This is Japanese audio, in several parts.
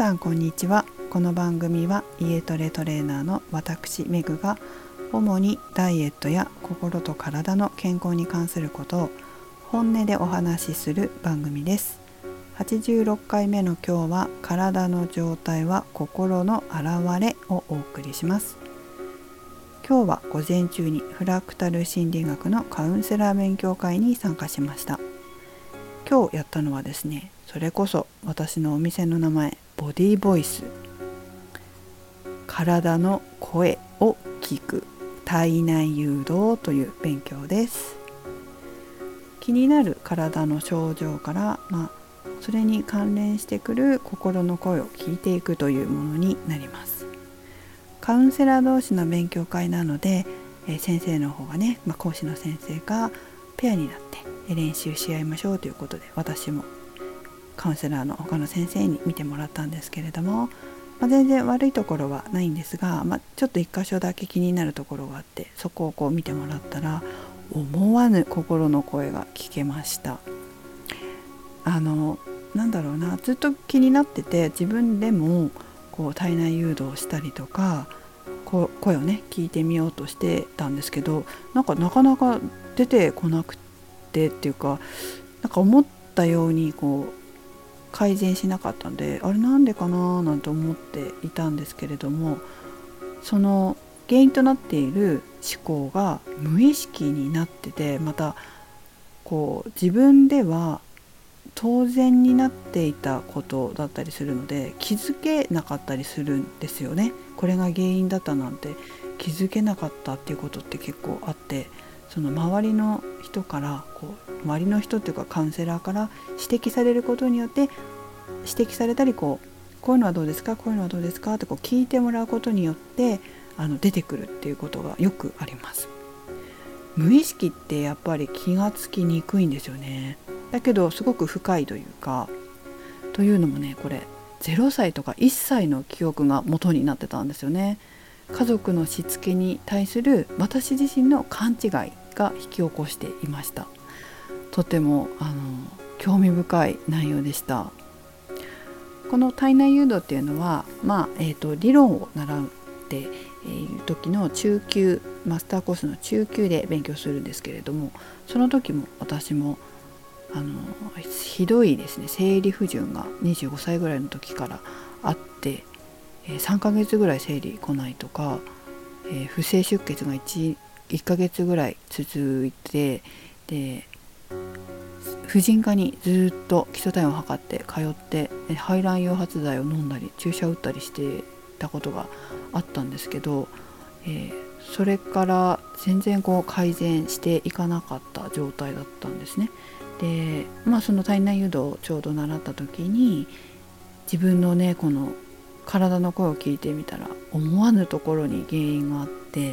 さんこんにちは。この番組は家トレトレーナーの私メグが主にダイエットや心と体の健康に関することを本音でお話しする番組です。86回目の今日は体の状態は心の現れをお送りします。今日は午前中にフラクタル心理学のカウンセラー勉強会に参加しました。今日やったのはですね、それこそ私のお店の名前、ボディボイス、体の声を聞く体内誘導という勉強です。気になる体の症状から、それに関連してくる心の声を聞いていくというものになります。カウンセラー同士の勉強会なので、先生の方がね、講師の先生がペアになって練習し合いましょうということで、私もカウンセラーの他の先生に見てもらったんですけれども、全然悪いところはないんですが、ちょっと一箇所だけ気になるところがあって、そこを見てもらったら思わぬ心の声が聞けました。ずっと気になってて、自分でも体内誘導したりとか声をね聞いてみようとしてたんですけど、なかなか出てこなくてっていうか、思ったように改善しなかったんで、あれなんでかななんて思っていたんですけれども、その原因となっている思考が無意識になってて、また自分では当然になっていたことだったりするので、気づけなかったりするんですよね。これが原因だったなんて気づけなかったっていうことって結構あって、その周りの人から周りの人っていうかカウンセラーから指摘されることによって、指摘されたりこういうのはどうですか、こういうのはどうですかって聞いてもらうことによって出てくるっていうことがよくあります。無意識ってやっぱり気がつきにくいんですよね。だけどすごく深いというか、というのもね、これ0歳とか1歳の記憶が元になってたんですよね。家族のしつけに対する私自身の勘違いが引き起こしていました。とても興味深い内容でした。この体内誘導っていうのは、理論を習っている時の中級マスターコースの中級で勉強するんですけれども、その時も私もひどいですね、生理不順が25歳ぐらいの時からあって、3ヶ月ぐらい生理来ないとか、不正出血が 1ヶ月ぐらい続いて、で婦人科にずっと基礎体温を測って通って、排卵誘発剤を飲んだり注射を打ったりしてたことがあったんですけど、それから全然改善していかなかった状態だったんですね。で、その体内誘導をちょうど習った時に、自分のねこの体の声を聞いてみたら、思わぬところに原因があって、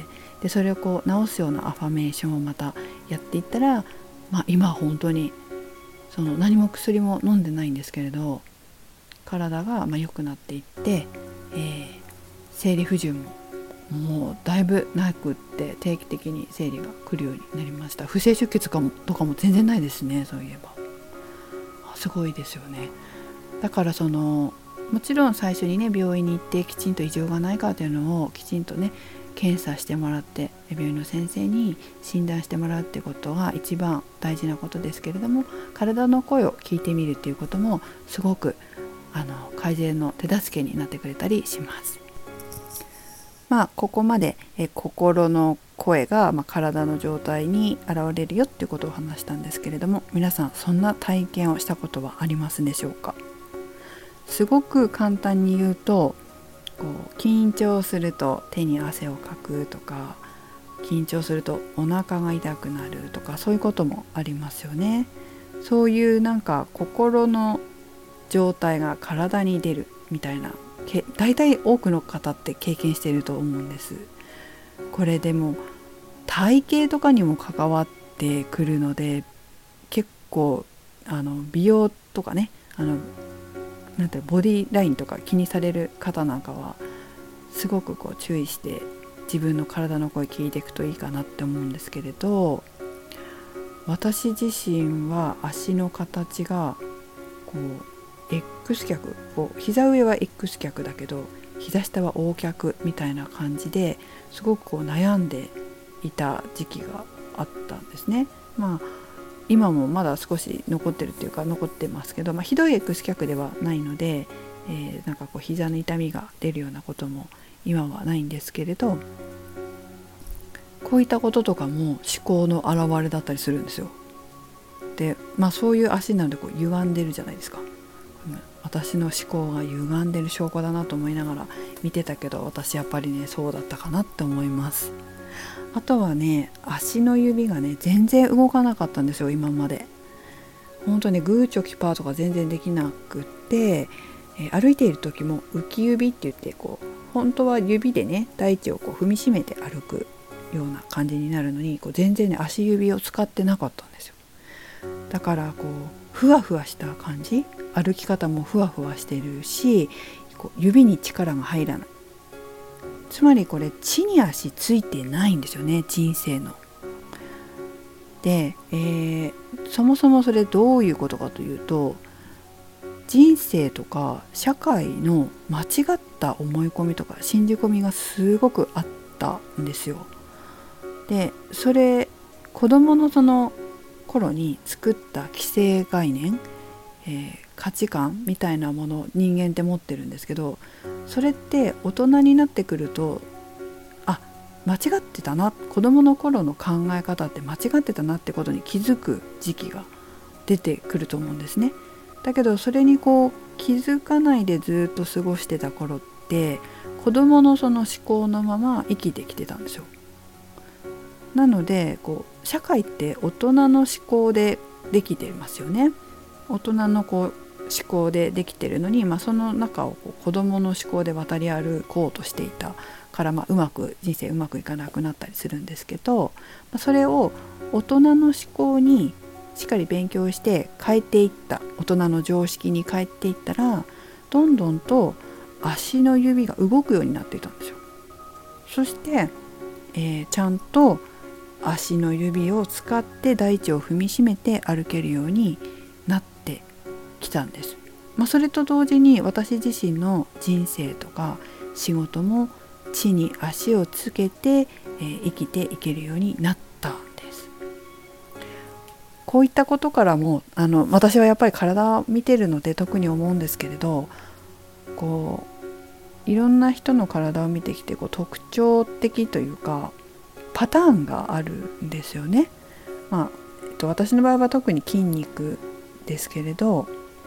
でそれを直すようなアファメーションをまたやっていったら、今は本当に何も薬も飲んでないんですけれど、体が良くなっていって、生理不順ももうだいぶなくって、定期的に生理が来るようになりました。不正出血とかも全然ないですね。そういえばすごいですよね。だからもちろん最初にね病院に行ってきちんと異常がないかというのをきちんとね検査してもらって、病院の先生に診断してもらうってことが一番大事なことですけれども、体の声を聞いてみるっていうこともすごく改善の手助けになってくれたりします。ここまで心の声が体の状態に現れるよっていうことを話したんですけれども、皆さんそんな体験をしたことはありますでしょうか。すごく簡単に言うと、緊張すると手に汗をかくとか、緊張するとお腹が痛くなるとか、そういうこともありますよね。そういう心の状態が体に出るみたいな、大体多くの方って経験していると思うんです。これでも体型とかにも関わってくるので、結構美容とかね、ボディラインとか気にされる方なんかはすごく注意して自分の体の声聞いていくといいかなって思うんですけれど、私自身は足の形が X 脚、こう膝上は X 脚だけど膝下は O 脚みたいな感じですごくこう悩んでいた時期があったんですね。今もまだ少し残ってるっていうか残ってますけど、ひどい X 脚ではないので、なんかこう膝の痛みが出るようなことも今はないんですけれど、こういったこととかも思考の表れだったりするんですよ。で、そういう足なのでこう歪んでるじゃないですか。私の思考が歪んでる証拠だなと思いながら見てたけど、私やっぱりねそうだったかなって思います。あとはね、足の指がね全然動かなかったんですよ今まで。本当にグーチョキパーとか全然できなくって、歩いている時も浮き指って言って、こう本当は指でね大地をこう踏みしめて歩くような感じになるのに、こう全然ね足指を使ってなかったんですよ。だからこうふわふわした感じ、歩き方もふわふわしてるし、こう指に力が入らない。つまりこれ地に足ついてないんですよね、人生の。で、そもそもそれどういうことかというと、人生とか社会の間違った思い込みとか信じ込みがすごくあったんですよ。で、それ子供のその頃に作った既成概念、価値観みたいなものを人間って持ってるんですけど、それって大人になってくると、間違ってたな、子供の頃の考え方って間違ってたなってことに気づく時期が出てくると思うんですね。だけどそれにこう気づかないでずっと過ごしてた頃って、子供のその思考のまま生きてきてたんですよ。なのでこう社会って大人の思考でできてますよね。大人のこう思考でできてるのに、その中をこう子供の思考で渡り歩こうとしていたから、人生うまくいかなくなったりするんですけど、それを大人の思考にしっかり勉強して変えていった、大人の常識に変えていったら、どんどんと足の指が動くようになっていたんですよ。そして、ちゃんと足の指を使って大地を踏みしめて歩けるようになってきたんです。それと同時に私自身の人生とか仕事も地に足をつけて、生きていけるようになったんです。こういったことからも私はやっぱり体を見てるので特に思うんですけれど、こういろんな人の体を見てきて、こう特徴的というかパターンがあるんですよね。私の場合は特に筋肉ですけれど、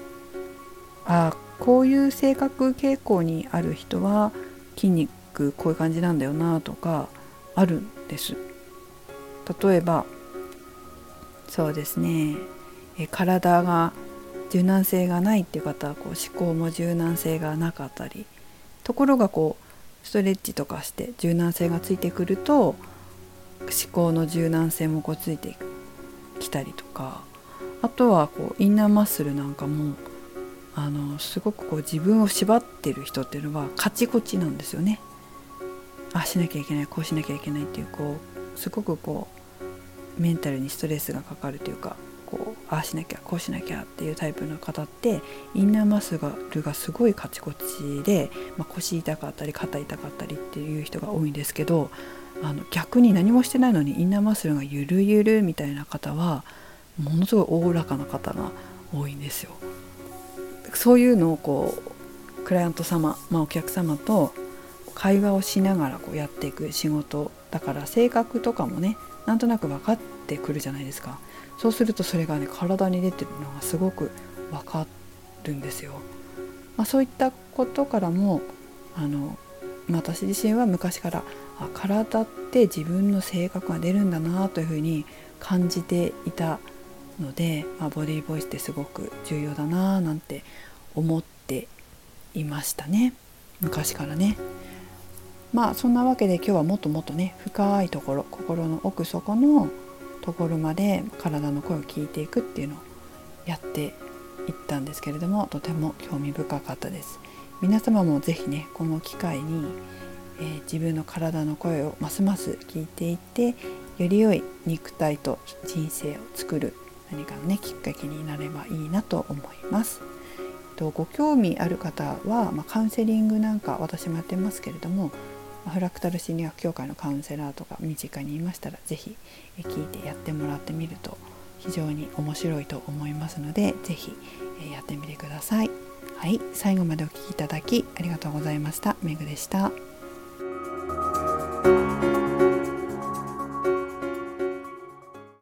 こういう性格傾向にある人は筋肉こういう感じなんだよなとかあるんです。例えばそうですね、体が柔軟性がないっていう方はこう思考も柔軟性がなかったり、ところがこうストレッチとかして柔軟性がついてくると思考の柔軟性もこうついてきたりとか、あとはこうインナーマッスルなんかもすごくこう自分を縛ってる人っていうのはカチコチなんですよね。しなきゃいけない、こうしなきゃいけないっていう、こうすごくこうメンタルにストレスがかかるというか、こうしなきゃこうしなきゃっていうタイプの方って、インナーマッスルがすごいカチコチで、腰痛かったり肩痛かったりっていう人が多いんですけど、逆に何もしてないのにインナーマッスルがゆるゆるみたいな方はものすごいおおらかな方が多いんですよ。そういうのをこうクライアント様、お客様と会話をしながらこうやっていく仕事だから、性格とかもねなんとなく分かってくるじゃないですか。そうするとそれがね体に出てるのがすごく分かるんですよ。そういったことからも私自身は昔から体って自分の性格が出るんだなというふうに感じていたので、ボディーボイスってすごく重要だななんて思っていましたね、昔からね。そんなわけで今日はもっともっとね深いところ、心の奥底のところまで体の声を聞いていくっていうのをやっていったんですけれども、とても興味深かったです。皆様もぜひねこの機会に、自分の体の声をますます聞いていって、より良い肉体と人生を作る何かのねきっかけになればいいなと思います。 ご興味ある方は、カウンセリングなんか私もやってますけれども、フラクタル心理学協会のカウンセラーとか身近にいましたら、ぜひ聞いてやってもらってみると非常に面白いと思いますので、ぜひやってみてください。はい、最後までお聞きいただきありがとうございました。めぐでした。